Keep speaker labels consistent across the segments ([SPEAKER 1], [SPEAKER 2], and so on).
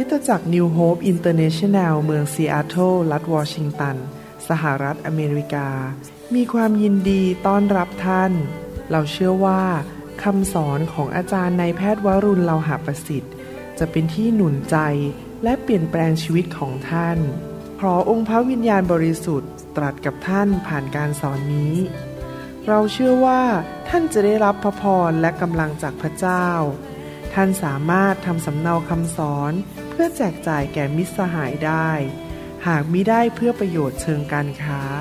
[SPEAKER 1] ตจักร New Hope International เมืองซีแอตเทิลรัฐวอชิงตันสหรัฐอเมริกามีความยินดีต้อนรับท่านเราเชื่อว่าคำสอนของอาจารย์นายแพทย์วรุณ เลาหะประสิทธิ์จะเป็นที่หนุนใจและเปลี่ยนแปลงชีวิตของท่านขอองค์พระวิญญาณบริสุทธิ์ตรัสกับท่านผ่านการสอนนี้เราเชื่อว่าท่านจะได้รับพระพรและกำลังจากพระเจ้าท่านสามารถทำสำเนาคำสอนเพื่อแจกจ่ายแก่มิตรสหายได้หากมิได้เพื่อประโยชน์เชิงการค้า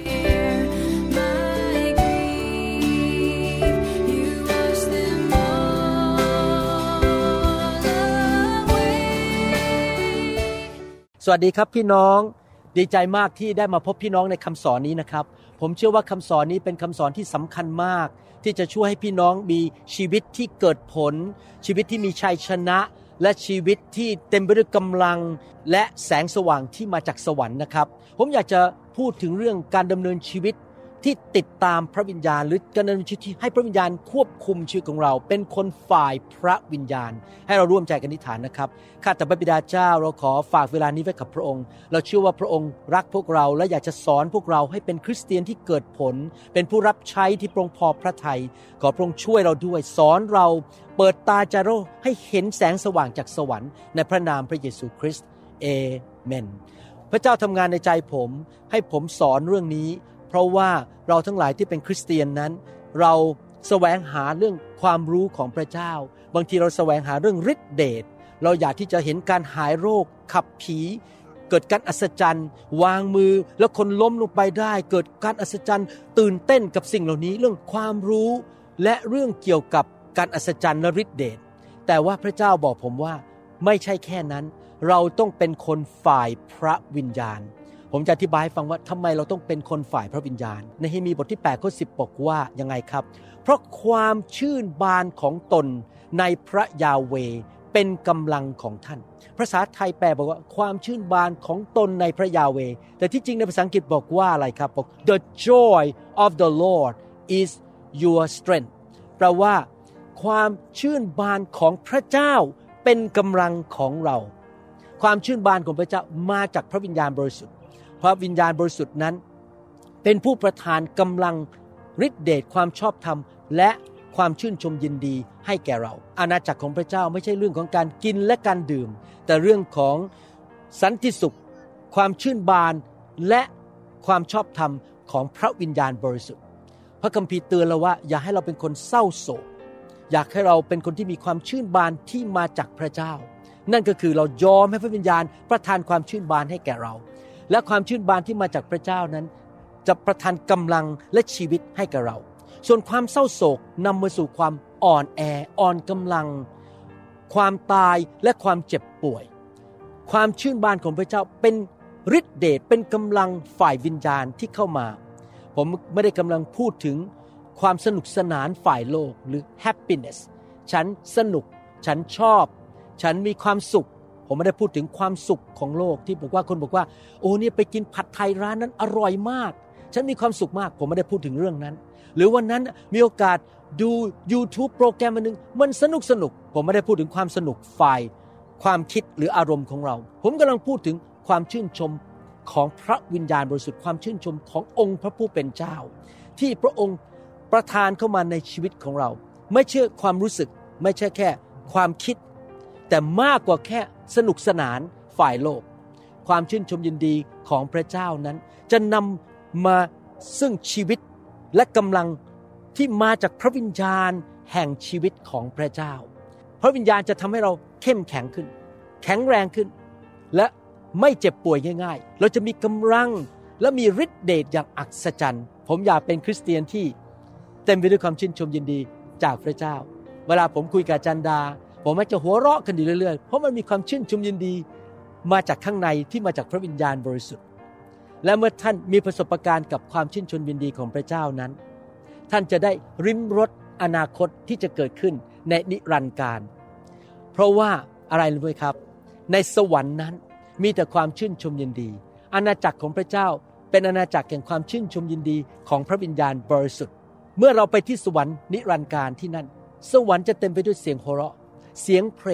[SPEAKER 2] สวัสดีครับพี่น้องดีใจมากที่ได้มาพบพี่น้องในคำสอนนี้นะครับผมเชื่อว่าคำสอนนี้เป็นคำสอนที่สำคัญมากที่จะช่วยให้พี่น้องมีชีวิตที่เกิดผลชีวิตที่มีชัยชนะและชีวิตที่เต็มไปด้วยกำลังและแสงสว่างที่มาจากสวรรค์นะครับผมอยากจะพูดถึงเรื่องการดำเนินชีวิตที่ติดตามพระวิญญาณหรือการดำเนินชีวิตที่ให้พระวิญญาณควบคุมชีวิตของเราเป็นคนฝ่ายพระวิญญาณให้เราร่วมใจกันอธิษฐานนะครับข้าแต่พระบิดาเจ้าเราขอฝากเวลานี้ไว้กับพระองค์เราเชื่อว่าพระองค์รักพวกเราและอยากจะสอนพวกเราให้เป็นคริสเตียนที่เกิดผลเป็นผู้รับใช้ที่พระองค์พอพระทัยขอพระองค์ช่วยเราด้วยสอนเราเปิดตาใจเราให้เห็นแสงสว่างจากสวรรค์ในพระนามพระเยซูคริสต์เอเมนพระเจ้าทำงานในใจผมให้ผมสอนเรื่องนี้เพราะว่าเราทั้งหลายที่เป็นคริสเตียนนั้นเราแสวงหาเรื่องความรู้ของพระเจ้าบางทีเราแสวงหาเรื่องฤทธิเดชเราอยากที่จะเห็นการหายโรคขับผีเกิดการอัศจรรย์วางมือแล้วคนล้มลงไปได้เกิดการอัศจรรย์ตื่นเต้นกับสิ่งเหล่านี้เรื่องความรู้และเรื่องเกี่ยวกับการอัศจรรย์และฤทธิเดชแต่ว่าพระเจ้าบอกผมว่าไม่ใช่แค่นั้นเราต้องเป็นคนฝ่ายพระวิญญาณผมจะอธิบายให้ฟังว่าทำไมเราต้องเป็นคนฝ่ายพระวิญญาณในเฮมีบทที่8ข้อ10บอกว่ายังไงครับเพราะความชื่นบานของตนในพระยาเวห์เป็นกำลังของท่านภาษาไทยแปลบอกว่าความชื่นบานของตนในพระยาเวห์แต่ที่จริงในภาษาอังกฤษบอกว่าอะไรครับบอก The joy of the Lord is your strength แปลว่าความชื่นบานของพระเจ้าเป็นกำลังของเราความชื่นบานของพระเจ้ามาจากพระวิญญาณบริสุทธิ์พระวิญญาณบริสุทธิ์นั้นเป็นผู้ประทานกำลังฤทธิเดชความชอบธรรมและความชื่นชมยินดีให้แก่เราอาณาจักรของพระเจ้าไม่ใช่เรื่องของการกินและการดื่มแต่เรื่องของสันติสุขความชื่นบานและความชอบธรรมของพระวิญญาณบริสุทธิ์พระคัมภีร์เตือนเราว่าอย่าให้เราเป็นคนเศร้าโศกอยากให้เราเป็นคนที่มีความชื่นบานที่มาจากพระเจ้านั่นก็คือเรายอมให้พระวิญญาณประทานความชื่นบานให้แก่เราและความชื่นบานที่มาจากพระเจ้านั้นจะประทานกำลังและชีวิตให้กับเราส่วนความเศร้าโศกนำมาสู่ความอ่อนแออ่อนกำลังความตายและความเจ็บป่วยความชื่นบานของพระเจ้าเป็นฤทธิเดชเป็นกำลังฝ่ายวิญญาณที่เข้ามาผมไม่ได้กำลังพูดถึงความสนุกสนานฝ่ายโลกหรือ happiness ฉันสนุกฉันชอบฉันมีความสุขผมไม่ได้พูดถึงความสุขของโลกที่บอกว่าคนบอกว่าโอ้เนี่ยไปกินผัดไทยร้านนั้นอร่อยมากฉันมีความสุขมากผมไม่ได้พูดถึงเรื่องนั้นหรือวันนั้นมีโอกาสดู YouTube โปรแกรมนึงมันสนุกผมไม่ได้พูดถึงความสนุกฝ่ายความคิดหรืออารมณ์ของเราผมกำลังพูดถึงความชื่นชมของพระวิญญาณบริสุทธิ์ความชื่นชมขององค์พระผู้เป็นเจ้าที่พระองค์ประทานเข้ามาในชีวิตของเราไม่ใช่ความรู้สึกไม่ใช่แค่ความคิดแต่มากกว่าแค่สนุกสนานฝ่ายโลกความชื่นชมยินดีของพระเจ้านั้นจะนำมาซึ่งชีวิตและกำลังที่มาจากพระวิญญาณแห่งชีวิตของพระเจ้าพระวิญญาณจะทำให้เราเข้มแข็งขึ้นแข็งแรงขึ้นและไม่เจ็บป่วยง่ายๆเราจะมีกำลังและมีฤทธิ์เดชอย่างอัศจรรย์ผมอยากเป็นคริสเตียนที่เต็มไปด้วยความชื่นชมยินดีจากพระเจ้าเวลาผมคุยกับจันดาผมมักจะหัวเราะกันอยู่เรื่อยๆเพราะมันมีความชื่นชมยินดีมาจากข้างในที่มาจากพระวิญญาณบริสุทธิ์และเมื่อท่านมีประสบการณ์กับความชื่นชมยินดีของพระเจ้านั้นท่านจะได้ริมรสอนาคตที่จะเกิดขึ้นในนิรันดร์กาลเพราะว่าอะไรรู้ไหมครับในสวรรค์นั้นมีแต่ความชื่นชมยินดีอาณาจักรของพระเจ้าเป็นอาณาจักรแห่งความชื่นชมยินดีของพระวิญญาณบริสุทธิ์เมื่อเราไปที่สวรรค์นิรันดร์กาลที่นั่นสวรรค์จะเต็มไปด้วยเสียงหัวเราะเสียงเพลง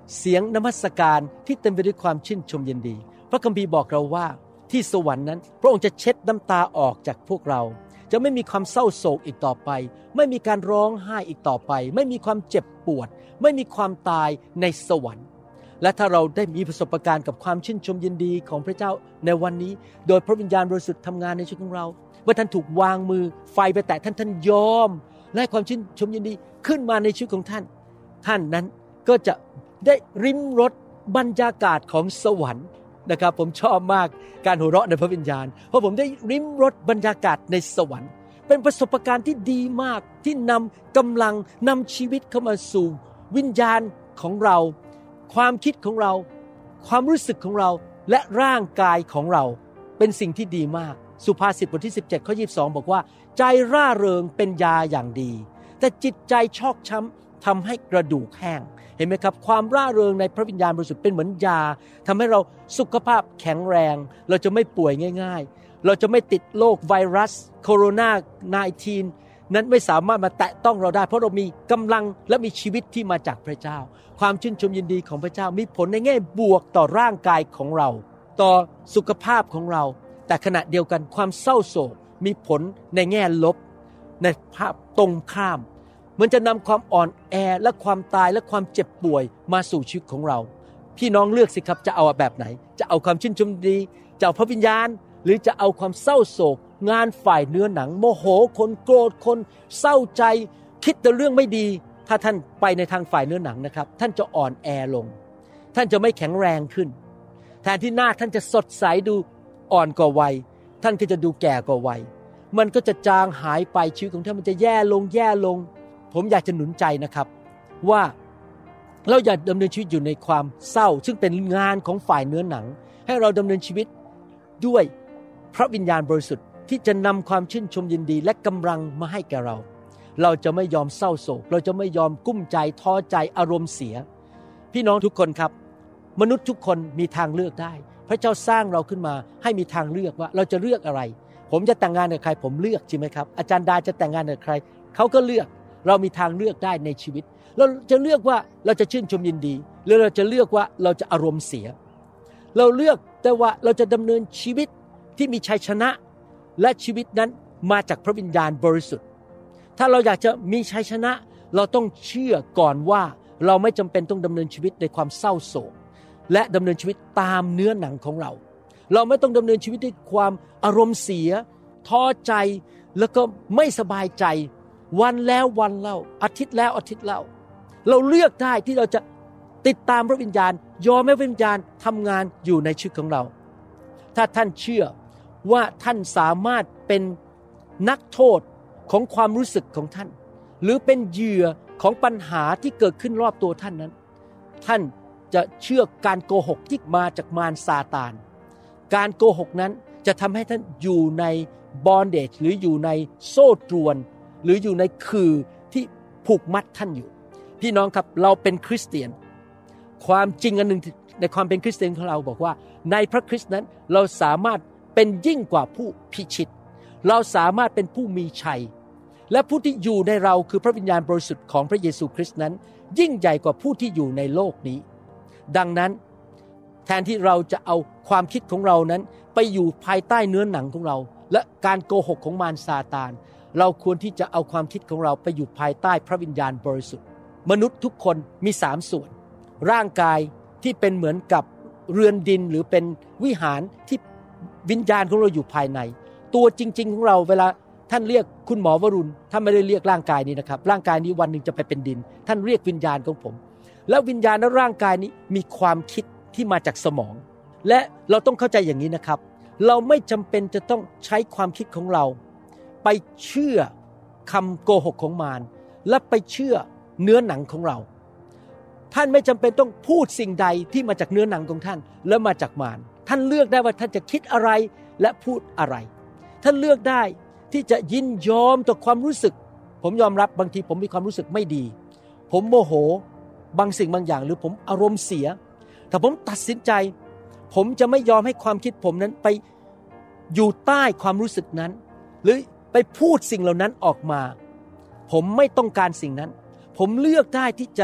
[SPEAKER 2] เสียงนมัสการที่เต็มไปด้วยความชื่นชมยินดีพระคัมภีร์บอกเราว่าที่สวรรค์นั้นพระองค์จะเช็ดน้ำตาออกจากพวกเราจะไม่มีความเศร้าโศกอีกต่อไปไม่มีการร้องไห้อีกต่อไปไม่มีความเจ็บปวดไม่มีความตายในสวรรค์และถ้าเราได้มีประสบการณ์กับความชื่นชมยินดีของพระเจ้าในวันนี้โดยพระวิญญาณบริสุทธิ์ทำงานในชีวิตของเราเมื่อท่านถูกวางมือไฟไปแตะท่านยอมและความชื่นชมยินดีขึ้นมาในชีวิตของท่านนั้นก็จะได้ริมรสบรรยากาศของสวรรค์นะครับผมชอบมากการหัวเราะในพระวิญญาณเพราะผมได้ริมรสบรรยากาศในสวรรค์เป็นประสบการณ์ที่ดีมากที่นำกำลังนำชีวิตเข้ามาสู่วิญญาณของเราความคิดของเราความรู้สึกของเราและร่างกายของเราเป็นสิ่งที่ดีมากสุภาษิตบทที่17ข้อ22บอกว่าใจร่าเริงเป็นยาอย่างดีแต่จิตใจชอกช้ำทำให้กระดูกแห้งเห็นไหมครับความร่าเริงในพระวิญญาณบริสุทธิ์เป็นเหมือนยาทำให้เราสุขภาพแข็งแรงเราจะไม่ป่วยง่ายๆเราจะไม่ติดโรคไวรัสโคโรนา19นั้นไม่สามารถมาแตะต้องเราได้เพราะเรามีกำลังและมีชีวิตที่มาจากพระเจ้าความชื่นชมยินดีของพระเจ้ามีผลในแง่บวกต่อร่างกายของเราต่อสุขภาพของเราแต่ขณะเดียวกันความเศร้าโศกมีผลในแง่ลบในภาพตรงข้ามมันจะนำความอ่อนแอและความตายและความเจ็บป่วยมาสู่ชีวิตของเราพี่น้องเลือกสิครับจะเอาแบบไหนจะเอาความชื่นชมดีจะเอาพระวิญญาณหรือจะเอาความเศร้าโศกงานฝ่ายเนื้อหนังโมโหคนโกรธคนเศร้าใจคิดแต่เรื่องไม่ดีถ้าท่านไปในทางฝ่ายเนื้อหนังนะครับท่านจะอ่อนแอลงท่านจะไม่แข็งแรงขึ้นแทนที่หน้าท่านจะสดใสดูอ่อนกว่าวัยท่านก็จะดูแก่กว่าวัยมันก็จะจางหายไปชีวิตของท่านมันจะแย่ลงผมอยากจะหนุนใจนะครับว่าเราอย่าดำเนินชีวิตอยู่ในความเศร้าซึ่งเป็นงานของฝ่ายเนื้อหนังให้เราดำเนินชีวิตด้วยพระวิญญาณบริสุทธิ์ที่จะนำความชื่นชมยินดีและกำลังมาให้แก่เราจะไม่ยอมเศร้าโศกเราจะไม่ยอมกุ้มใจท้อใจอารมณ์เสียพี่น้องทุกคนครับมนุษย์ทุกคนมีทางเลือกได้พระเจ้าสร้างเราขึ้นมาให้มีทางเลือกว่าเราจะเลือกอะไรผมจะแต่งงานกับใครผมเลือกใช่ไหมครับอาจารย์ดาจะแต่งงานกับใครเขาก็เลือกเรามีทางเลือกได้ในชีวิตเราจะเลือกว่าเราจะชื่นชมยินดีหรือเราจะเลือกว่าเราจะอารมณ์เสียเราเลือกแต่ว่าเราจะดำเนินชีวิตที่มีชัยชนะและชีวิตนั้นมาจากพระวิญญาณบริสุทธิ์ถ้าเราอยากจะมีชัยชนะเราต้องเชื่อก่อนว่าเราไม่จำเป็นต้องดำเนินชีวิตในความเศร้าโศกและดำเนินชีวิตตามเนื้อหนังของเราไม่ต้องดำเนินชีวิตด้วยความอารมณ์เสียท้อใจแล้วก็ไม่สบายใจวันแล้ววันเล่าอาทิตย์แล้วอาทิตย์เล่าเราเลือกได้ที่เราจะติดตามพระวิญญาณยอมให้พระวิญญาณทำงานอยู่ในชีวิตของเราถ้าท่านเชื่อว่าท่านสามารถเป็นนักโทษของความรู้สึกของท่านหรือเป็นเหยื่อของปัญหาที่เกิดขึ้นรอบตัวท่านนั้นท่านจะเชื่อการโกหกที่มาจากมารซาตานการโกหกนั้นจะทำให้ท่านอยู่ในบอนเดจหรืออยู่ในโซ่ตรวนหรืออยู่ในคือที่ผูกมัดท่านอยู่พี่น้องครับเราเป็นคริสเตียนความจริงอันหนึ่งในความเป็นคริสเตียนของเราบอกว่าในพระคริสต์นั้นเราสามารถเป็นยิ่งกว่าผู้พิชิตเราสามารถเป็นผู้มีชัยและผู้ที่อยู่ในเราคือพระวิญญาณบริสุทธิ์ของพระเยซูคริสต์นั้นยิ่งใหญ่กว่าผู้ที่อยู่ในโลกนี้ดังนั้นแทนที่เราจะเอาความคิดของเรานั้นไปอยู่ภายใต้เนื้อหนังของเราและการโกหกของมารซาตานเราควรที่จะเอาความคิดของเราไปอยู่ภายใต้พระวิญญาณบริสุทธิ์มนุษย์ทุกคนมี3ส่วนร่างกายที่เป็นเหมือนกับเรือนดินหรือเป็นวิหารที่วิญญาณของเราอยู่ภายในตัวจริงๆของเราเวลาท่านเรียกคุณหมอวรุณท่านไม่ได้เรียกร่างกายนี้นะครับร่างกายนี้วันหนึ่งจะไปเป็นดินท่านเรียกวิญญาณของผมแล้ววิญญาณและร่างกายนี้มีความคิดที่มาจากสมองและเราต้องเข้าใจอย่างนี้นะครับเราไม่จำเป็นจะต้องใช้ความคิดของเราไปเชื่อคำโกหกของมารและไปเชื่อเนื้อหนังของเราท่านไม่จำเป็นต้องพูดสิ่งใดที่มาจากเนื้อหนังของท่านและมาจากมารท่านเลือกได้ว่าท่านจะคิดอะไรและพูดอะไรท่านเลือกได้ที่จะยินยอมต่อความรู้สึกผมยอมรับบางทีผมมีความรู้สึกไม่ดีผมโมโหบางสิ่งบางอย่างหรือผมอารมณ์เสียแต่ผมตัดสินใจผมจะไม่ยอมให้ความคิดผมนั้นไปอยู่ใต้ความรู้สึกนั้นหรือไปพูดสิ่งเหล่านั้นออกมาผมไม่ต้องการสิ่งนั้นผมเลือกได้ที่จะ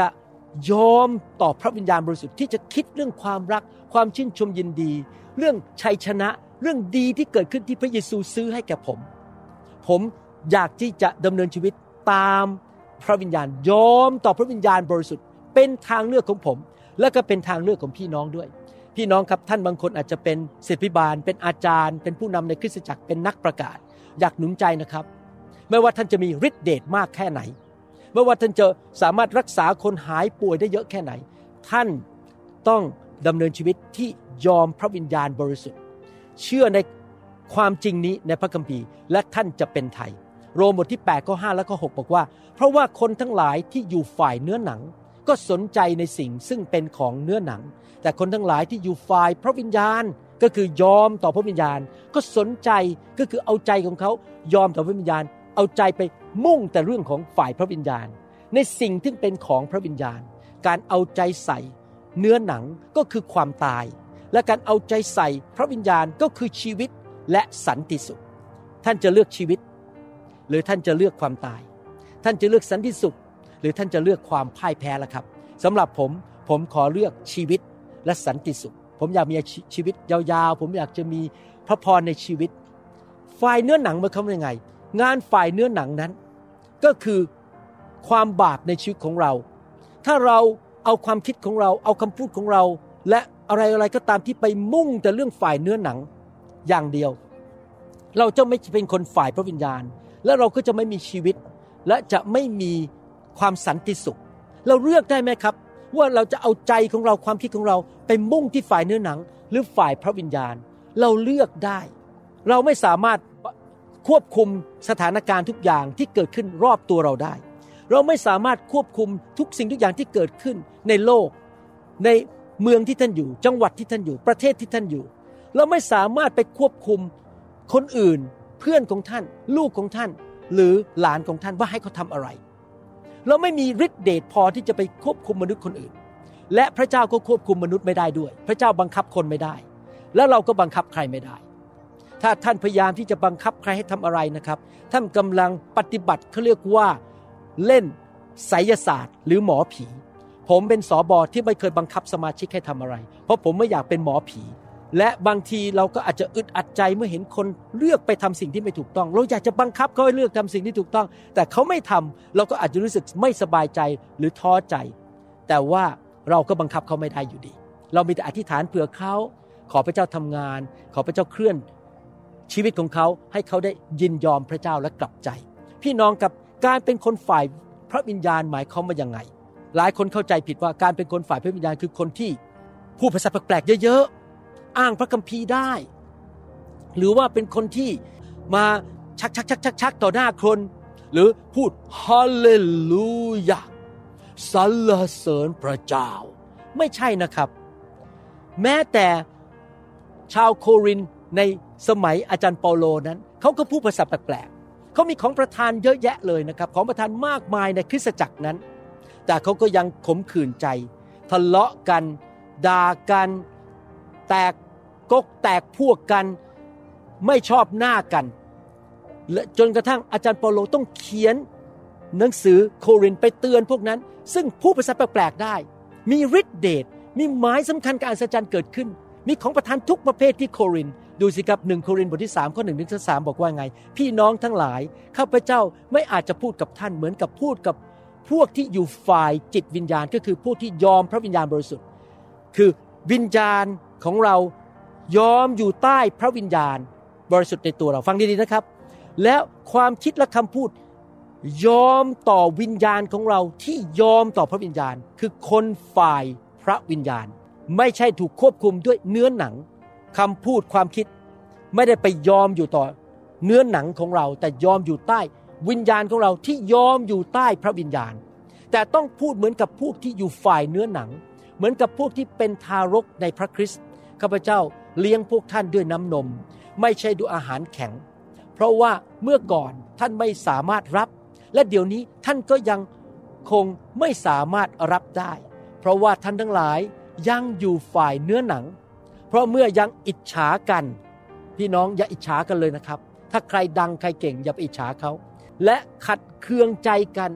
[SPEAKER 2] ยอมต่อพระวิญญาณบริสุทธิ์ที่จะคิดเรื่องความรักความชื่นชมยินดีเรื่องชัยชนะเรื่องดีที่เกิดขึ้นที่พระเยซูซื้อให้แก่ผมอยากที่จะดำเนินชีวิตตามพระวิญญาณยอมต่อพระวิญญาณบริสุทธิ์เป็นทางเลือกของผมและก็เป็นทางเลือกของพี่น้องด้วยพี่น้องครับท่านบางคนอาจจะเป็นศิษย์พิบาลเป็นอาจารย์เป็นผู้นำในคริสตจักรเป็นนักประกาศอยากหนุนใจนะครับไม่ว่าท่านจะมีฤทธิ์เดชมากแค่ไหนไม่ว่าท่านจะสามารถรักษาคนหายป่วยได้เยอะแค่ไหนท่านต้องดำเนินชีวิตที่ยอมพระวิญญาณบริสุทธิ์เชื่อในความจริงนี้ในพระคัมภีร์และท่านจะเป็นไทยโรมบทที่8ข้อ5และข้อ6บอกว่าเพราะว่าคนทั้งหลายที่อยู่ฝ่ายเนื้อหนังก็สนใจในสิ่งซึ่งเป็นของเนื้อหนังแต่คนทั้งหลายที่อยู่ฝ่ายพระวิญญาณก็คือยอมต่อพระวิญญาณก็สนใจก็คือเอาใจของเขายอมต่อพระวิญญาณเอาใจไปมุ่งแต่เรื่องของฝ่ายพระวิญญาณในสิ่งที่เป็นของพระวิญญาณการเอาใจใส่เนื้อหนังก็คือความตายและการเอาใจใส่พระวิญญาณก็คือชีวิตและสันติสุขท่านจะเลือกชีวิตหรือท่านจะเลือกความตายท่านจะเลือกสันติสุขหรือท่านจะเลือกความพ่ายแพ้ล่ะครับสำหรับผมขอเลือกชีวิตและสันติสุขผมอยากมีชีวิตยาวๆผมอยากจะมีพระพรในชีวิตฝ่ายเนื้อหนังมันเขาเป็นยังไงงานฝ่ายเนื้อหนังนั้นก็คือความบาปในชีวิตของเราถ้าเราเอาความคิดของเราเอาคำพูดของเราและอะไรก็ตามที่ไปมุ่งแต่เรื่องฝ่ายเนื้อหนังอย่างเดียวเราจะไม่เป็นคนฝ่ายพระวิญญาณและเราก็จะไม่มีชีวิตและจะไม่มีความสันติสุขเราเลือกได้ไหมครับว่าเราจะเอาใจของเราความคิดของเราไปมุ่งที่ฝ่ายเนื้อหนังหรือฝ่ายพระวิญญาณเราเลือกได้เราไม่สามารถควบคุมสถานการณ์ทุกอย่างที่เกิดขึ้นรอบตัวเราได้เราไม่สามารถควบคุมทุกสิ่งทุกอย่างที่เกิดขึ้นในโลกในเมืองที่ท่านอยู่จังหวัดที่ท่านอยู่ประเทศที่ท่านอยู่เราไม่สามารถไปควบคุมคนอื่นเพื่อนของท่านลูกของท่านหรือหลานของท่านว่าให้เขาทำอะไรเราไม่มีฤทธิ์เดชพอที่จะไปควบคุมมนุษย์คนอื่นและพระเจ้าก็ควบคุมมนุษย์ไม่ได้ด้วยพระเจ้าบังคับคนไม่ได้แล้วเราก็บังคับใครไม่ได้ถ้าท่านพยายามที่จะบังคับใครให้ทำอะไรนะครับท่านกำลังปฏิบัติเขาเรียกว่าเล่นไสยศาสตร์หรือหมอผีผมเป็นสบที่ไม่เคยบังคับสมาชิกให้ทำอะไรเพราะผมไม่อยากเป็นหมอผีและบางทีเราก็อาจจะอึดอัดใจเมื่อเห็นคนเลือกไปทำสิ่งที่ไม่ถูกต้องเราอยากจะบังคับเขาให้เลือกทำสิ่งที่ถูกต้องแต่เขาไม่ทำเราก็อาจจะรู้สึกไม่สบายใจหรือท้อใจแต่ว่าเราก็บังคับเขาไม่ได้อยู่ดีเรามีแต่อธิษฐานเผื่อเขาขอพระเจ้าทำงานขอพระเจ้าเคลื่อนชีวิตของเขาให้เขาได้ยินยอมพระเจ้าและกลับใจพี่น้องกับการเป็นคนฝ่ายพระวิญญาณหมายความว่ายังไงหลายคนเข้าใจผิดว่าการเป็นคนฝ่ายพระวิญญาณคือคนที่พูดภาษาแปลกๆเยอะๆอ้างพระคัมภีร์ได้หรือว่าเป็นคนที่มาชักต่อหน้าคนหรือพูดฮาเลลูยาสรรเสริญพระเจ้าไม่ใช่นะครับแม้แต่ชาวโครินธ์ในสมัยอาจารย์เปาโลนั้นเขาก็พูดภาษาแปลกๆเขามีของประทานเยอะแยะเลยนะครับของประทานมากมายในคริสตจักรนั้นแต่เขาก็ยังขมขื่นใจทะเลาะกันด่ากันแตกกกแตกพวกกันไม่ชอบหน้ากันและจนกระทั่งอาจารย์เปาโลต้องเขียนหนังสือโครินธ์ไปเตือนพวกนั้นซึ่งพูดภาษาแปลกๆได้มีฤทธิ์เดชมีหมายสำคัญการอัศจรรย์เกิดขึ้นมีของประทานทุกประเภทที่โครินธ์ดูสิครับ1โครินธ์บทที่3ข้อ1ถึง3บอกว่าไงพี่น้องทั้งหลายข้าพเจ้าไม่อาจจะพูดกับท่านเหมือนกับพูดกับพวกที่อยู่ฝ่ายจิตวิญญาณก็คือผู้ที่ยอมพระวิญญาณบริสุทธิ์คือวิญญาณของเรายอมอยู่ใต้พระวิญญาณบริสุทธิ์ในตัวเราฟังดีๆนะครับแล้วความคิดและคำพูดยอมต่อวิญญาณของเราที่ยอมต่อพระวิญญาณคือคนฝ่ายพระวิญญาณไม่ใช่ถูกควบคุมด้วยเนื้อหนังคำพูดความคิดไม่ได้ไปยอมอยู่ต่อเนื้อหนังของเราแต่ยอมอยู่ใต้วิญญาณของเราที่ยอมอยู่ใต้พระวิญญาณแต่ต้องพูดเหมือนกับพวกที่อยู่ฝ่ายเนื้อหนังเหมือนกับพวกที่เป็นทารกในพระคริสต์ข้าพเจ้าเลี้ยงพวกท่านด้วยน้ำนมไม่ใช่ด้วยอาหารแข็งเพราะว่าเมื่อก่อนท่านไม่สามารถรับและเดี๋ยวนี้ท่านก็ยังคงไม่สามารถรับได้เพราะว่าท่านทั้งหลายยังอยู่ฝ่ายเนื้อหนังเพราะเมื่อยังอิจฉากันพี่น้องอย่าอิจฉากันเลยนะครับถ้าใครดังใครเก่งอย่าไปอิจฉาเขาและขัดเคืองใจกัน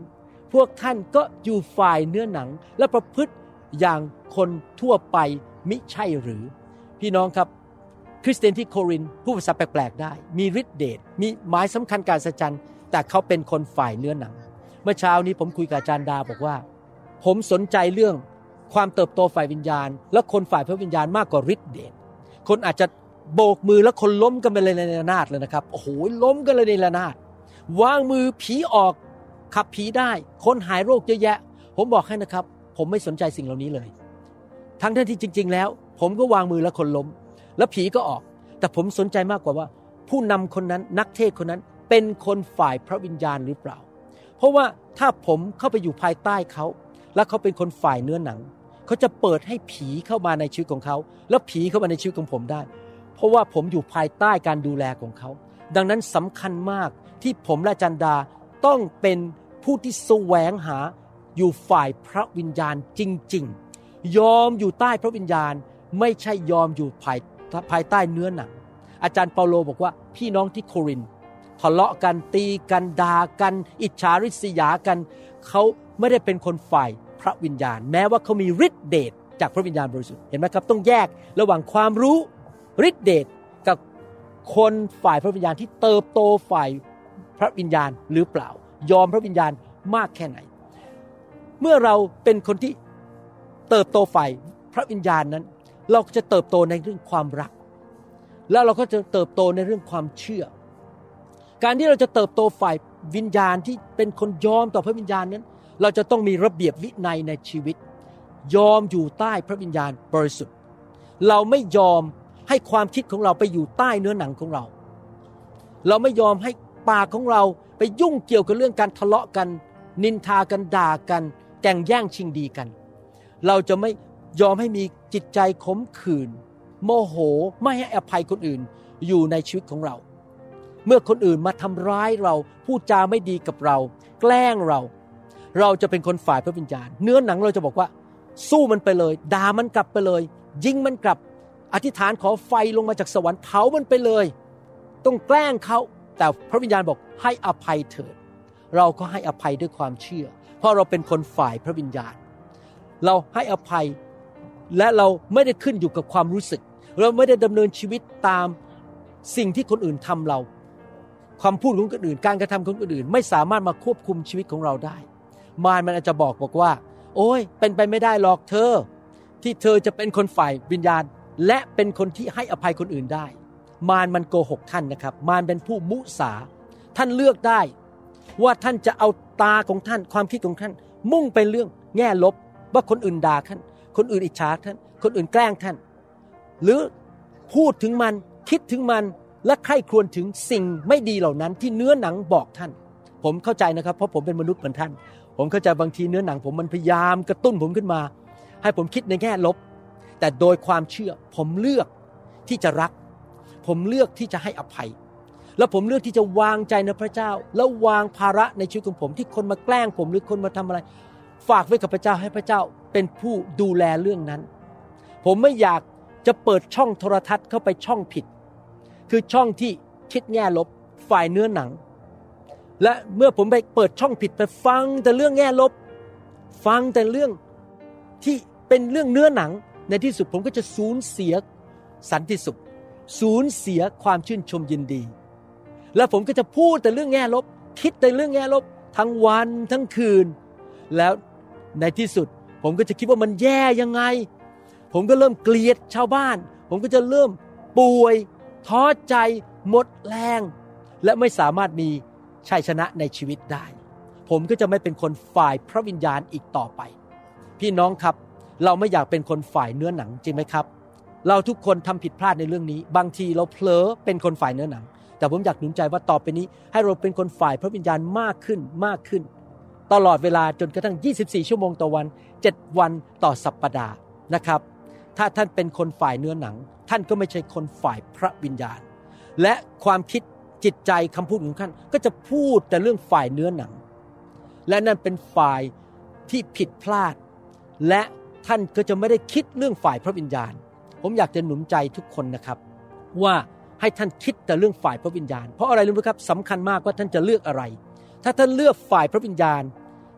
[SPEAKER 2] พวกท่านก็อยู่ฝ่ายเนื้อหนังและประพฤติอย่างคนทั่วไปมิใช่หรือพี่น้องครับคริสเตียนที่โครินธ์พูดภาษาแปลกๆได้มีฤทธิ์เดชมีหมายสำคัญการอัศจรรย์แต่เขาเป็นคนฝ่ายเนื้อหนังเมื่อเช้านี้ผมคุยกับอาจารย์ดาบอกว่าผมสนใจเรื่องความเติบโตฝ่ายวิญญาณและคนฝ่ายพระวิญญาณมากกว่าฤทธิ์เดชคนอาจจะโบกมือแล้วคนล้มกันไปเลยในระนาดเลยนะครับโอ้โหล้มกันเลยในระนาดวางมือผีออกขับผีได้คนหายโรคเยอะแยะผมบอกให้นะครับผมไม่สนใจสิ่งเหล่านี้เลยทั้งที่จริงๆแล้วผมก็วางมือแล้วคนล้มแล้วผีก็ออกแต่ผมสนใจมากกว่าว่าผู้นำคนนั้นนักเทศคนนั้นเป็นคนฝ่ายพระวิญญาณหรือเปล่าเพราะว่าถ้าผมเข้าไปอยู่ภายใต้เขาและเขาเป็นคนฝ่ายเนื้อหนังเขาจะเปิดให้ผีเข้ามาในชีวิตของเขาแล้วผีเข้ามาในชีวิตของผมได้เพราะว่าผมอยู่ภายใต้การดูแลของเขาดังนั้นสำคัญมากที่ผมและจันดาต้องเป็นผู้ที่แสวงหาอยู่ฝ่ายพระวิญญาณจริงๆยอมอยู่ใต้พระวิญญาณไม่ใช่ยอมอยู่ภายใต้เนื้อหนังอาจารย์เปาโลบอกว่าพี่น้องที่โครินธ์ทะเลาะกันตีกันด่ากันอิจฉาริษยากันเขาไม่ได้เป็นคนฝ่ายพระวิญญาณแม้ว่าเขามีฤทธิ์เดชจากพระวิญญาณบริสุทธิ์เห็นไหมครับต้องแยกระหว่างความรู้ฤทธิ์เดชกับคนฝ่ายพระวิญญาณที่เติบโตฝ่ายพระวิญญาณหรือเปล่ายอมพระวิญญาณมากแค่ไหนเมื่อเราเป็นคนที่เติบโตฝ่ายพระวิญญาณนั้นเราจะเติบโตในเรื่องความรักแล้วเราก็จะเติบโตในเรื่องความเชื่อการที่เราจะเติบโตฝ่ายวิญญาณที่เป็นคนยอมต่อพระวิญญาณนั้นเราจะต้องมีระเบียบวินัยในชีวิตยอมอยู่ใต้พระวิญญาณบริสุทธิ์เราไม่ยอมให้ความคิดของเราไปอยู่ใต้เนื้อหนังของเราเราไม่ยอมให้ปากของเราไปยุ่งเกี่ยวกับเรื่องการทะเลาะกันนินทากันด่ากันแก่งแย่งชิงดีกันเราจะไม่ยอมให้มีจิตใจขมขื่นโมโหไม่ให้อภัยคนอื่นอยู่ในชีวิตของเราเมื่อคนอื่นมาทำร้ายเราพูดจาไม่ดีกับเราแกล้งเราจะเป็นคนฝ่ายพระวิญญาณเนื้อหนังเราจะบอกว่าสู้มันไปเลยด่ามันกลับไปเลยยิงมันกลับอธิษฐานขอไฟลงมาจากสวรรค์เผามันไปเลยต้องแกล้งเขาแต่พระวิญญาณบอกให้อภัยเถิดเราก็ให้อภัยด้วยความเชื่อเพราะเราเป็นคนฝ่ายพระวิญญาณเราให้อภัยและเราไม่ได้ขึ้นอยู่กับความรู้สึกเราไม่ได้ดำเนินชีวิตตามสิ่งที่คนอื่นทำเราคำพูดของคนอื่นการกระทำของคนอื่นไม่สามารถมาควบคุมชีวิตของเราได้มารมันอาจจะบอกว่าโอ้ยเป็นไปไม่ได้หรอกเธอที่เธอจะเป็นคนฝ่ายวิญญาณและเป็นคนที่ให้อภัยคนอื่นได้มารมันโกหกท่านนะครับมารเป็นผู้มุสาท่านเลือกได้ว่าท่านจะเอาตาของท่านความคิดของท่านมุ่งไปเรื่องแง่ลบว่าคนอื่นด่าท่านคนอื่นอิจฉาท่านคนอื่นแกล้งท่านหรือพูดถึงมันคิดถึงมันและใคร่ครวญถึงสิ่งไม่ดีเหล่านั้นที่เนื้อหนังบอกท่านผมเข้าใจนะครับเพราะผมเป็นมนุษย์เหมือนท่านผมเข้าใจบางทีเนื้อหนังผมมันพยายามกระตุ้นผมขึ้นมาให้ผมคิดในแง่ลบแต่โดยความเชื่อผมเลือกที่จะรักผมเลือกที่จะให้อภัยแล้วผมเลือกที่จะวางใจในพระเจ้าแล้ววางภาระในชีวิตของผมที่คนมาแกล้งผมหรือคนมาทำอะไรฝากไว้กับพระเจ้าให้พระเจ้าเป็นผู้ดูแลเรื่องนั้นผมไม่อยากจะเปิดช่องโทรทัศน์เข้าไปช่องผิดคือช่องที่คิดแง่ลบฝ่ายเนื้อหนังและเมื่อผมไปเปิดช่องผิดไปฟังแต่เรื่องแง่ลบฟังแต่เรื่องที่เป็นเรื่องเนื้อหนังในที่สุดผมก็จะสูญเสียสันติสุขสูญเสียความชื่นชมยินดีและผมก็จะพูดแต่เรื่องแง่ลบคิดแต่เรื่องแง่ลบทั้งวันทั้งคืนแล้วในที่สุดผมก็จะคิดว่ามันแย่ยังไงผมก็เริ่มเกลียดชาวบ้านผมก็จะเริ่มป่วยท้อใจหมดแรงและไม่สามารถมีชัยชนะในชีวิตได้ผมก็จะไม่เป็นคนฝ่ายพระวิญญาณอีกต่อไปพี่น้องครับเราไม่อยากเป็นคนฝ่ายเนื้อหนังจริงไหมครับเราทุกคนทำผิดพลาดในเรื่องนี้บางทีเราเผลอเป็นคนฝ่ายเนื้อหนังแต่ผมอยากหนุนใจว่าต่อไปนี้ให้เราเป็นคนฝ่ายพระวิญญาณมากขึ้นมากขึ้นตลอดเวลาจนกระทั่ง24ชั่วโมงต่อวัน7วันต่อสัปดาห์นะครับถ้าท่านเป็นคนฝ่ายเนื้อหนังท่านก็ไม่ใช่คนฝ่ายพระวิญญาณและความคิดจิตใจคำพูดของท่านก็จะพูดแต่เรื่องฝ่ายเนื้อหนังและนั่นเป็นฝ่ายที่ผิดพลาดและท่านก็จะไม่ได้คิดเรื่องฝ่ายพระวิญญาณผมอยากจะหนุนใจทุกคนนะครับว่าให้ท่านคิดแต่เรื่องฝ่ายพระวิญญาณเพราะอะไรรู้ไหมครับสำคัญมากว่าท่านจะเลือกอะไรถ้าท่านเลือกฝ่ายพระวิญญาณ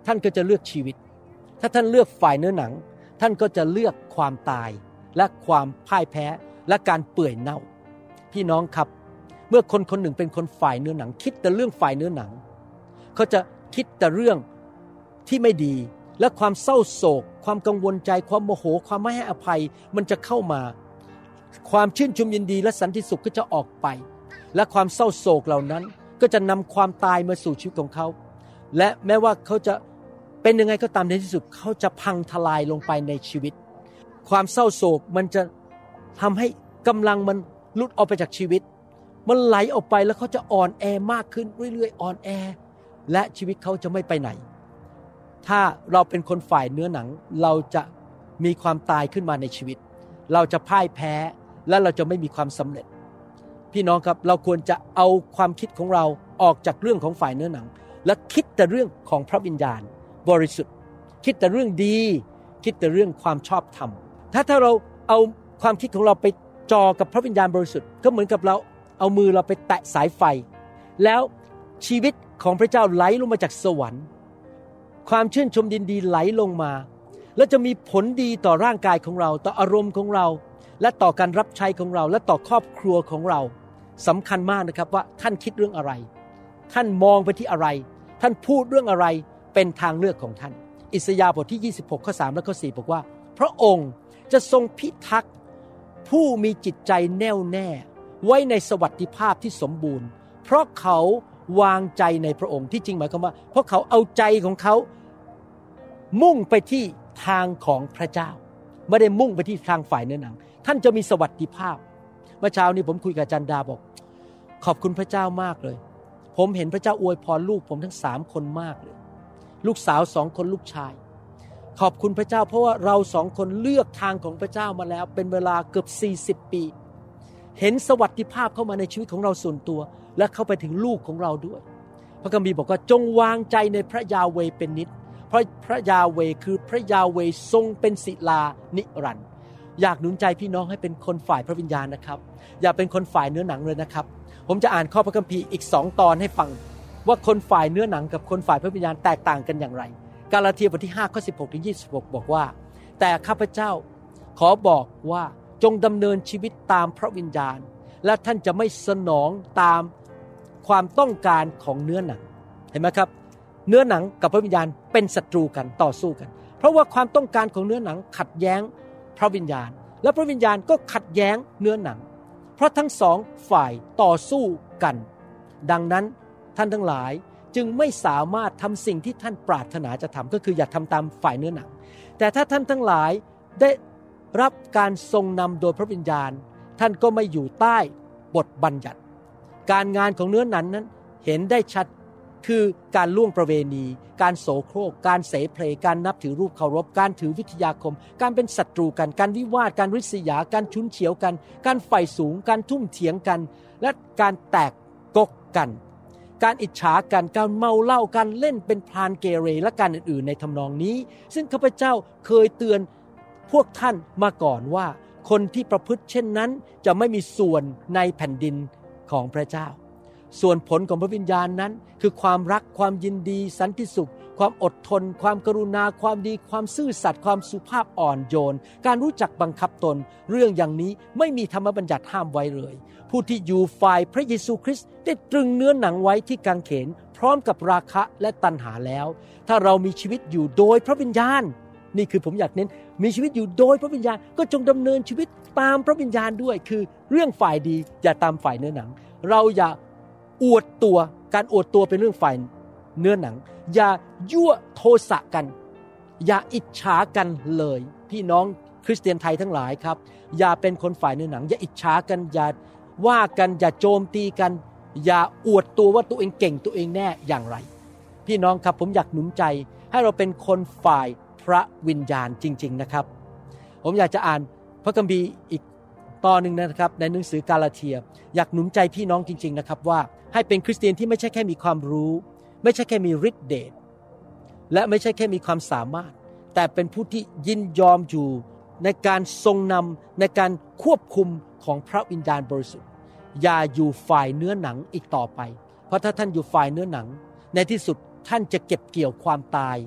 [SPEAKER 2] ท่านก็จะเลือกชีวิตถ้าท่านเลือกฝ่ายเนื้อหนังท่านก็จะเลือกความตายและความพ่ายแพ้และการเปื่อยเน่าพี่น้องครับเมื่อคนคนหนึ่งเป็นคนฝ่ายเนื้อหนังคิดแต่เรื่องฝ่ายเนื้อหนังเขาจะคิดแต่เรื่องที่ไม่ดีและความเศร้าโศกความกังวลใจความโมโหความไม่ให้อภัยมันจะเข้ามาความชื่นชมยินดีและสันติสุขก็จะออกไปและความเศร้าโศกเหล่านั้นก็จะนำความตายมาสู่ชีวิตของเขาและแม้ว่าเขาจะเป็นยังไงก็ตามในที่สุดเขาจะพังทลายลงไปในชีวิตความเศร้าโศกมันจะทำให้กำลังมันหลุดออกไปจากชีวิตมันไหลออกไปแล้วเขาจะอ่อนแอมากขึ้นเรื่อยๆอ่อนแอและชีวิตเขาจะไม่ไปไหนถ้าเราเป็นคนฝ่ายเนื้อหนังเราจะมีความตายขึ้นมาในชีวิตเราจะพ่ายแพ้และเราจะไม่มีความสำเร็จพี่น้องครับเราควรจะเอาความคิดของเราออกจากเรื่องของฝ่ายเนื้อหนังและคิดแต่เรื่องของพระวิญญาณบริสุทธิ์คิดแต่เรื่องดีคิดแต่เรื่องความชอบธรรมถ้าเราเอาความคิดของเราไปจ่อกับพระวิญญาณบริสุทธิ์ก็เหมือนกับเราเอามือเราไปแตะสายไฟแล้วชีวิตของพระเจ้าไหลลงมาจากสวรรค์ความชื่นชมยินดีไหลลงมาและจะมีผลดีต่อร่างกายของเราต่ออารมณ์ของเราและต่อการรับใช้ของเราและต่อครอบครัวของเราสำคัญมากนะครับว่าท่านคิดเรื่องอะไรท่านมองไปที่อะไรท่านพูดเรื่องอะไรเป็นทางเลือกของท่านอิสยาห์บทที่26ข้อ3และข้อ4บอกว่าพระองค์จะทรงพิทักษ์ผู้มีจิตใจแน่วแน่ไว้ในสวัสดิภาพที่สมบูรณ์เพราะเขาวางใจในพระองค์ที่จริงหมายความว่าเพราะเขาเอาใจของเขามุ่งไปที่ทางของพระเจ้าไม่ได้มุ่งไปที่ทางฝ่ายเนื้อหนังท่านจะมีสวัสดิภาพเมื่อเช้านี้ผมคุยกับอาจารย์ดาบอกขอบคุณพระเจ้ามากเลยผมเห็นพระเจ้าอวยพรลูกผมทั้ง3คนมากเลยลูกสาว2คนลูกชายขอบคุณพระเจ้าเพราะว่าเรา2คนเลือกทางของพระเจ้ามาแล้วเป็นเวลาเกือบ40ปีเห็นสวัสดิภาพเข้ามาในชีวิตของเราส่วนตัวและเข้าไปถึงลูกของเราด้วยพระคัมภีร์บอกว่าจงวางใจในพระยาเวห์เป็นนิจเพราะพระยาเวห์คือพระยาเวห์ทรงเป็นศิลานิรันดร์อยากหนุนใจพี่น้องให้เป็นคนฝ่ายพระวิญญาณนะครับอย่าเป็นคนฝ่ายเนื้อหนังเลยนะครับผมจะอ่านข้อพระคัมภีร์อีก2ตอนให้ฟังว่าคนฝ่ายเนื้อหนังกับคนฝ่ายพระวิญญาณแตกต่างกันอย่างไรกาลาเทียบทที่5ข้อ16ถึง26บอกว่าแต่ข้าพเจ้าขอบอกว่าจงดำเนินชีวิตตามพระวิญญาณและท่านจะไม่สนองตามความต้องการของเนื้อหนังเห็นไหมครับเนื้อหนังกับพระวิญญาณเป็นศัตรูกันต่อสู้กันเพราะว่าความต้องการของเนื้อหนังขัดแย้งพระวิญญาณและพระวิญญาณก็ขัดแย้งเนื้อหนังเพราะทั้งสองฝ่ายต่อสู้กันดังนั้นท่านทั้งหลายจึงไม่สามารถทำสิ่งที่ท่านปรารถนาจะทำก็คืออย่าทำตามฝ่ายเนื้อหนังแต่ถ้าท่านทั้งหลายได้รับการทรงนำโดยพระวิญญาณท่านก็ไม่อยู่ใต้บทบัญญัติการงานของเนื้อหนังนั้นเห็นได้ชัดคือการล่วงประเวณีการโสโครกการเสเพลการนับถือรูปเคารพการถือวิทยาคมการเป็นศัตรูกันการวิวาทการริษยาการฉุนเฉียวกันการใฝ่สูงการทุ่มเถียงกันและการแตกกกกันการอิจฉากันการเมาเหล้าการเล่นเป็นพรานเกเรและการอื่นๆในทำนองนี้ซึ่งข้าพเจ้าเคยเตือนพวกท่านมาก่อนว่าคนที่ประพฤติเช่นนั้นจะไม่มีส่วนในแผ่นดินของพระเจ้าส่วนผลของพระวิญญาณนั้นคือความรักความยินดีสันติสุขความอดทนความกรุณาความดีความซื่อสัตย์ความสุภาพอ่อนโยนการรู้จักบังคับตนเรื่องอย่างนี้ไม่มีธรรมบัญญัติห้ามไว้เลยผู้ที่อยู่ฝ่ายพระเยซูคริสต์ได้ตรึงเนื้อหนังไว้ที่กางเขนพร้อมกับราคะและตัณหาแล้วถ้าเรามีชีวิตอยู่โดยพระวิญญาณนี่คือผมอยากเน้นมีชีวิตอยู่โดยพระวิญญาณก็จงดำเนินชีวิตตามพระวิญญาณด้วยคือเรื่องฝ่ายดีอย่าตามฝ่ายเนื้อหนังเราอย่าอวดตัวการอวดตัวเป็นเรื่องฝ่ายเนื้อหนังอย่ายั่วโทสะกันอย่าอิจฉากันเลยพี่น้องคริสเตียนไทยทั้งหลายครับอย่าเป็นคนฝ่ายเนื้อหนังอย่าอิจฉากันอย่าว่ากันอย่าโจมตีกันอย่าอวดตัวว่าตัวเองเก่งตัวเองแน่อย่างไรพี่น้องครับผมอยากหนุนใจให้เราเป็นคนฝ่ายพระวิญญาณจริงๆนะครับผมอยากจะอ่านพระคัมภีร์อีกตอนนึงนะครับในหนังสือกาลาเทียอยากหนุนใจพี่น้องจริงๆนะครับว่าให้เป็นคริสเตียนที่ไม่ใช่แค่มีความรู้ไม่ใช่แค่มีฤทธิ์เดชและไม่ใช่แค่มีความสามารถแต่เป็นผู้ที่ยินยอมอยู่ในการทรงนำในการควบคุมของพระวิญญาณบริสุทธิ์อย่าอยู่ฝ่ายเนื้อหนังอีกต่อไปเพราะถ้าท่านอยู่ฝ่ายเนื้อหนังในที่สุดท่านจะเก็บเกี่ยวความตาย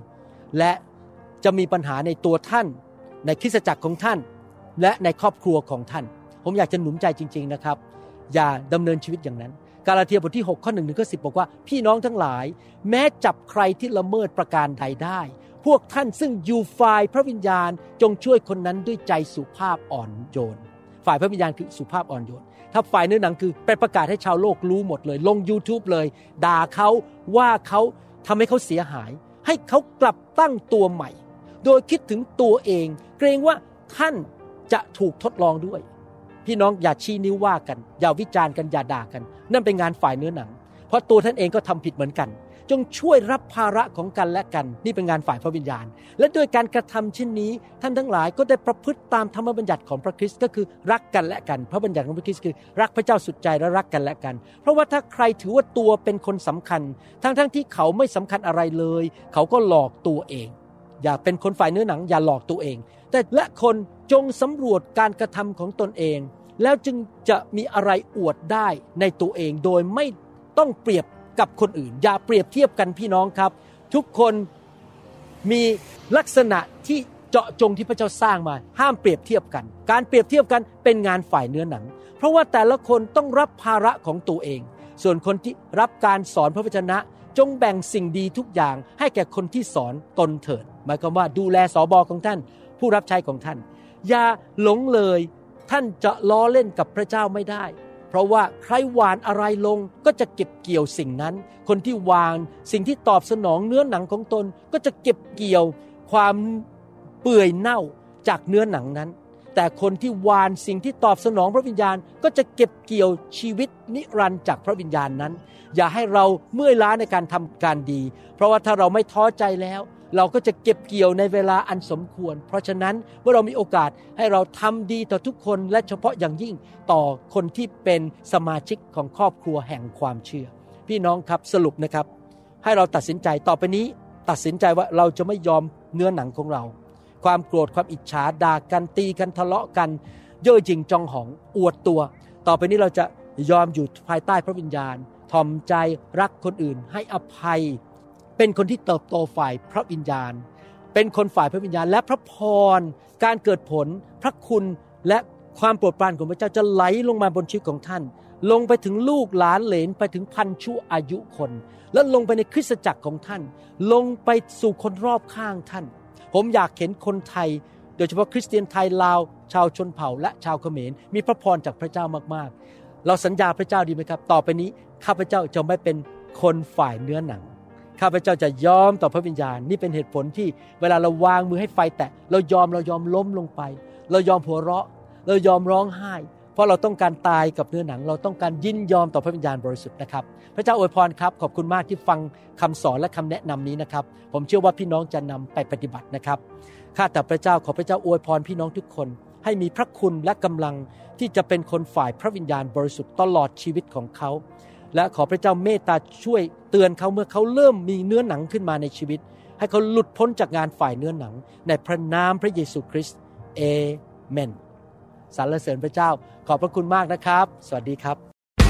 [SPEAKER 2] และจะมีปัญหาในตัวท่านในคริสตจักรของท่านและในครอบครัวของท่านผมอยากจะหนุนใจจริงๆนะครับอย่าดำเนินชีวิตอย่างนั้นกาลาเทียบทที่6ข้อ1ถึงข้อ10บอกว่าพี่น้องทั้งหลายแม้จับใครที่ละเมิดประการใดได้พวกท่านซึ่งอยู่ฝ่ายพระวิญญาณจงช่วยคนนั้นด้วยใจสุภาพอ่อนโยนฝ่ายพระวิญญาณคือสุภาพอ่อนโยนถ้าฝ่ายเนื้อหนังคือไปประกาศให้ชาวโลกรู้หมดเลยลง YouTube เลยด่าเขาว่าเขาทำให้เขาเสียหายให้เขากลับตั้งตัวใหม่โดยคิดถึงตัวเองเกรงว่าท่านจะถูกทดลองด้วยพี่น้องอย่าชี้นิ้วว่ากันอย่าวิจารณ์กันอย่าด่ากันนั่นเป็นงานฝ่ายเนื้อหนังเพราะตัวท่านเองก็ทำผิดเหมือนกันจงช่วยรับภาระของกันและกันนี่เป็นงานฝ่ายพระวิญญาณและด้วยการกระทำเช่นนี้ท่านทั้งหลายก็ได้ประพฤติตามธรรมบัญญัติของพระคริสต์ก็คือรักกันและกันพระบัญญัติของพระคริสต์คือรักพระเจ้าสุดใจและรักกันและกันเพราะว่าถ้าใครถือว่าตัวเป็นคนสำคัญทั้งที่เขาไม่สำคัญอะไรเลยเขาก็หลอกตัวเองอย่าเป็นคนฝ่ายเนื้อหนังอย่าหลอกตัวเองแต่ละคนจงสำรวจการกระทำของตนเองแล้วจึงจะมีอะไรอวดได้ในตัวเองโดยไม่ต้องเปรียบกับคนอื่นอย่าเปรียบเทียบกันพี่น้องครับทุกคนมีลักษณะที่เจาะจงที่พระเจ้าสร้างมาห้ามเปรียบเทียบกันการเปรียบเทียบกันเป็นงานฝ่ายเนื้อหนังเพราะว่าแต่ละคนต้องรับภาระของตัวเองส่วนคนที่รับการสอนพระวจนะจงแบ่งสิ่งดีทุกอย่างให้แก่คนที่สอนตนเถิดหมายความว่าดูแลสบของท่านผู้รับใช้ของท่านอย่าหลงเลยท่านจะล้อเล่นกับพระเจ้าไม่ได้เพราะว่าใครหว่านอะไรลงก็จะเก็บเกี่ยวสิ่งนั้นคนที่วางสิ่งที่ตอบสนองเนื้อหนังของตนก็จะเก็บเกี่ยวความเปื่อยเน่าจากเนื้อหนังนั้นแต่คนที่วานสิ่งที่ตอบสนองพระวิญญาณก็จะเก็บเกี่ยวชีวิตนิรันดร์จากพระวิญญาณนั้นอย่าให้เราเมื่อยล้าในการทำการดีเพราะว่าถ้าเราไม่ท้อใจแล้วเราก็จะเก็บเกี่ยวในเวลาอันสมควรเพราะฉะนั้นเมื่อเรามีโอกาสให้เราทำดีต่อทุกคนและเฉพาะอย่างยิ่งต่อคนที่เป็นสมาชิกของครอบครัวแห่งความเชื่อพี่น้องครับสรุปนะครับให้เราตัดสินใจต่อไปนี้ตัดสินใจว่าเราจะไม่ยอมเนื้อหนังของเราความโกรธความอิจฉาด่ากันตีกันทะเลาะกันเย่อหยิ่งจองหองอวดตัวต่อไปนี้เราจะยอมอยู่ภายใต้พระวิญญาณถ่อมใจรักคนอื่นให้อภัยเป็นคนที่เติบโตฝ่ายพระวิญญาณเป็นคนฝ่ายพระวิญญาณและพระพรการเกิดผลพระคุณและความโปรดปรานของพระเจ้าจะไหลลงมาบนชีวิตของท่านลงไปถึงลูกหลานเหลนไปถึงพันชั่วอายุคนและลงไปในคริสตจักรของท่านลงไปสู่คนรอบข้างท่านผมอยากเห็นคนไทยโดยเฉพาะคริสเตียนไทยลาวชาวชนเผ่าและชาวเขมรมีพระพรจากพระเจ้ามากๆเราสัญญาพระเจ้าดีไหมครับต่อไปนี้ข้าพเจ้าจะไม่เป็นคนฝ่ายเนื้อหนังข้าพเจ้าจะยอมต่อพระวิญญาณนี่เป็นเหตุผลที่เวลาเราวางมือให้ไฟแตะเรายอมล้มลงไปเรายอมหัวเราะเรายอมร้องไห้เพราะเราต้องการตายกับเนื้อหนังเราต้องการยินยอมต่อพระวิญญาณบริสุทธิ์นะครับพระเจ้าอวยพรครับขอบคุณมากที่ฟังคำสอนและคำแนะนำนี้นะครับผมเชื่อว่าพี่น้องจะนำไปปฏิบัตินะครับข้าแต่พระเจ้าขอพระเจ้าอวยพรพี่น้องทุกคนให้มีพระคุณและกำลังที่จะเป็นคนฝ่ายพระวิญญาณบริสุทธิ์ตลอดชีวิตของเขาและขอพระเจ้าเมตตาช่วยเตือนเขาเมื่อเขาเริ่มมีเนื้อหนังขึ้นมาในชีวิตให้เขาหลุดพ้นจากงานฝ่ายเนื้อหนังในพระนามพระเยซูคริสต์เอเมนสรรเสริญพระเจ้าขอบพระคุณมากนะครับสวัสดีครับ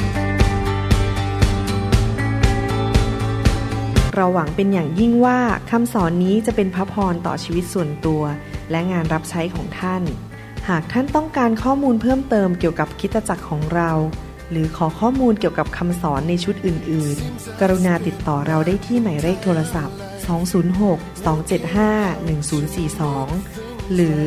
[SPEAKER 1] เราหวังเป็นอย่างยิ่งว่าคำสอนนี้จะเป็นพระพรต่อชีวิตส่วนตัวและงานรับใช้ของท่านหากท่านต้องการข้อมูลเพิ่มเติมเกี่ยวกับคริสตจักรของเราหรือขอข้อมูลเกี่ยวกับคำสอนในชุดอื่นๆกรุณาติดต่อเราได้ที่หมายเลขโทรศัพท์206-275-1042หรือ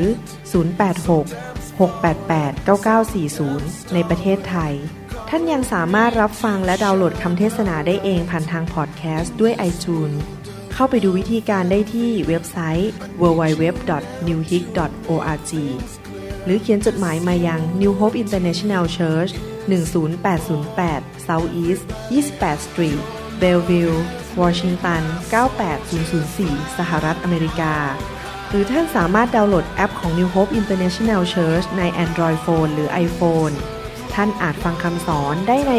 [SPEAKER 1] 086-688-9940ในประเทศไทยท่านยังสามารถรับฟังและดาวน์โหลดคำเทศนาได้เองผ่านทางพอดแคสต์ด้วย iTunes เข้าไปดูวิธีการได้ที่เว็บไซต์ www.newhope.org หรือเขียนจดหมายมายัง New Hope International Church 10808 South East 28 Street Bellevue Washington 98004 สหรัฐอเมริกาหรือท่านสามารถดาวน์โหลดแอปของ New Hope International Church ใน Android Phone หรือ iPhone ท่านอาจฟังคำสอนได้ใน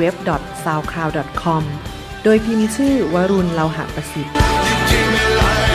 [SPEAKER 1] www.soundcloud.com โดยพิมพ์ชื่อวรุณ เลาหะประสิทธิ์